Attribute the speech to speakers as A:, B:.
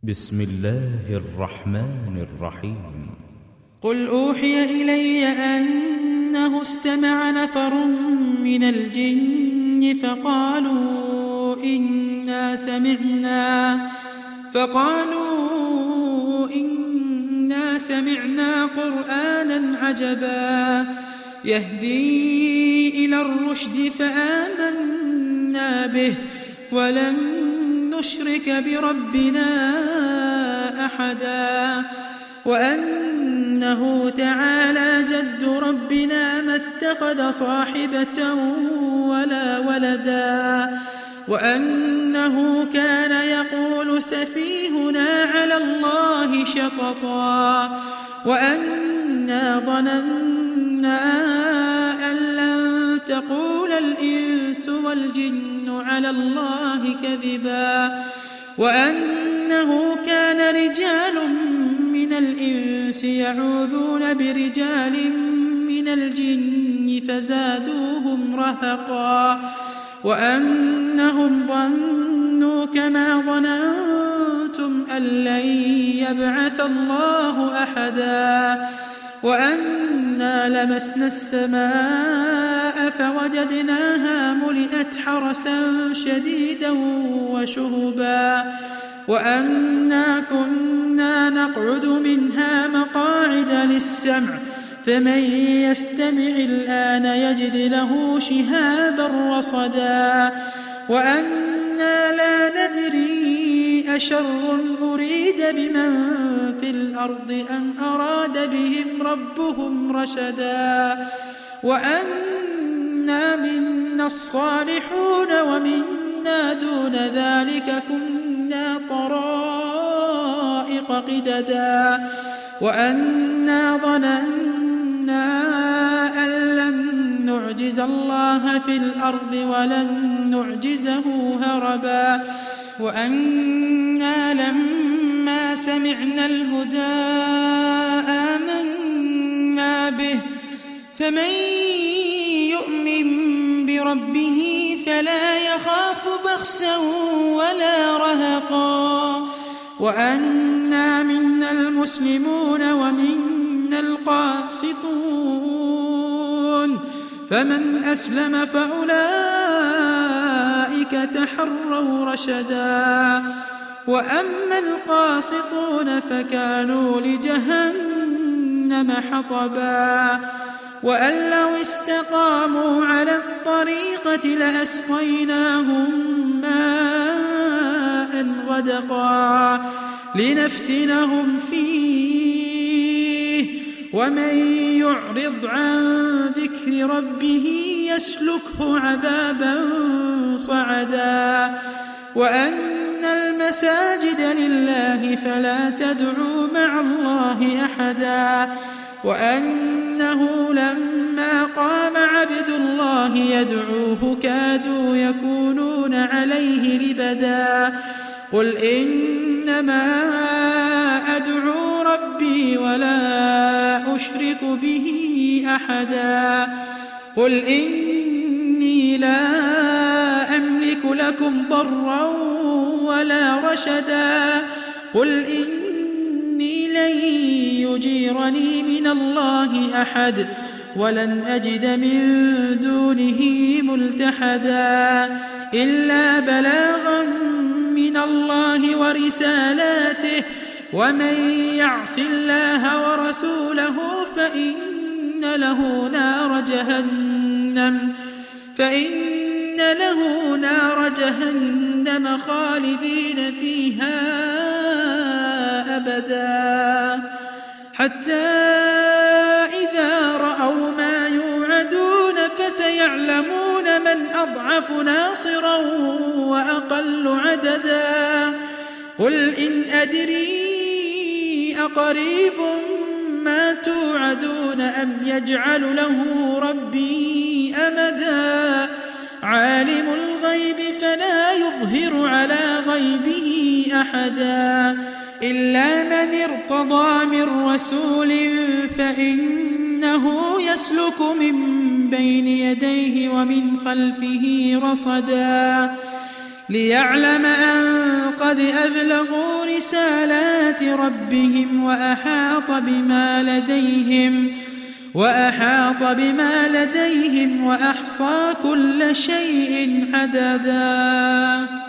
A: بسم الله الرحمن الرحيم.
B: قل أوحي إلي أنه استمع نفر من الجن فقالوا إنا سمعنا قرآنا عجبا يهدي إلى الرشد فآمنا به ولن نشرك بربنا أحدا وأنه تعالى جد ربنا ما اتخذ صاحبة ولا ولدا وأنه كان يقول سفيهنا على الله شططا وأنا ظننا أن لن تقول الإنس والجن على الله كذبا وأنه كان رجال من الإنس يعوذون برجال من الجن فزادوهم رهقا وأنهم ظنوا كما ظننتم أن لن يبعث الله أحدا وأنا لمسنا السماء فوجدناها ملئت حرسا شديدا وشهبا وأنا كنا نقعد منها مقاعد للسمع فمن يستمع الآن يجد له شهابا رصدا وأنا لا ندري أشر أريد بمن في الأرض أم أراد بهم ربهم رشدا وأنا منا الصالحون ومنا دون ذلك كنا طرائق قددا وأنا ظننا أن لن نعجز الله في الأرض ولن نعجزه هربا وأنا لما سمعنا الهدى آمنا به فمن يؤمن بربه فلا يخاف بخسا ولا رهقا وأنا منا المسلمون ومنا القاسطون فمن أسلم فأولئك تحروا رشدا وأما القاسطون فكانوا لجهنم حطبا وأن لو استقاموا على الطريقة لأسقيناهم ماء غدقا لنفتنهم فيه ومن يعرض عن ذكر ربه يسلكه عذابا صعدا وأن المساجد لله فلا تدعوا مع الله أحدا وأنه لما قام عبد الله يدعوه كادوا يكونون عليه لبدا قل إنما أدعو ربي ولا أشرك به أحدا قل إني لا أملك لكم ضرا ولا رشدا قل إني لن يجيرني من الله أحد ولن أجد من دونه ملتحدا إلا بلاغا من الله ورسالاته ومن يعص الله ورسوله فإن له نار جهنم خالدين فيها أبدا حتى إذا رأوا ما يوعدون فسيعلمون من أضعف ناصرا وأقل عددا قل إن أدري أقريب ما توعدون أم يجعل له ربي أمدا عالم الغيب فلا يظهر على غيبه أحدا إلا من ارتضى من رسول فإنه يسلك من بين يديه ومن خلفه رصدا ليعلم أن قد أبلغوا رسالات ربهم وأحاط بما لديهم وأحصى كل شيء عددا.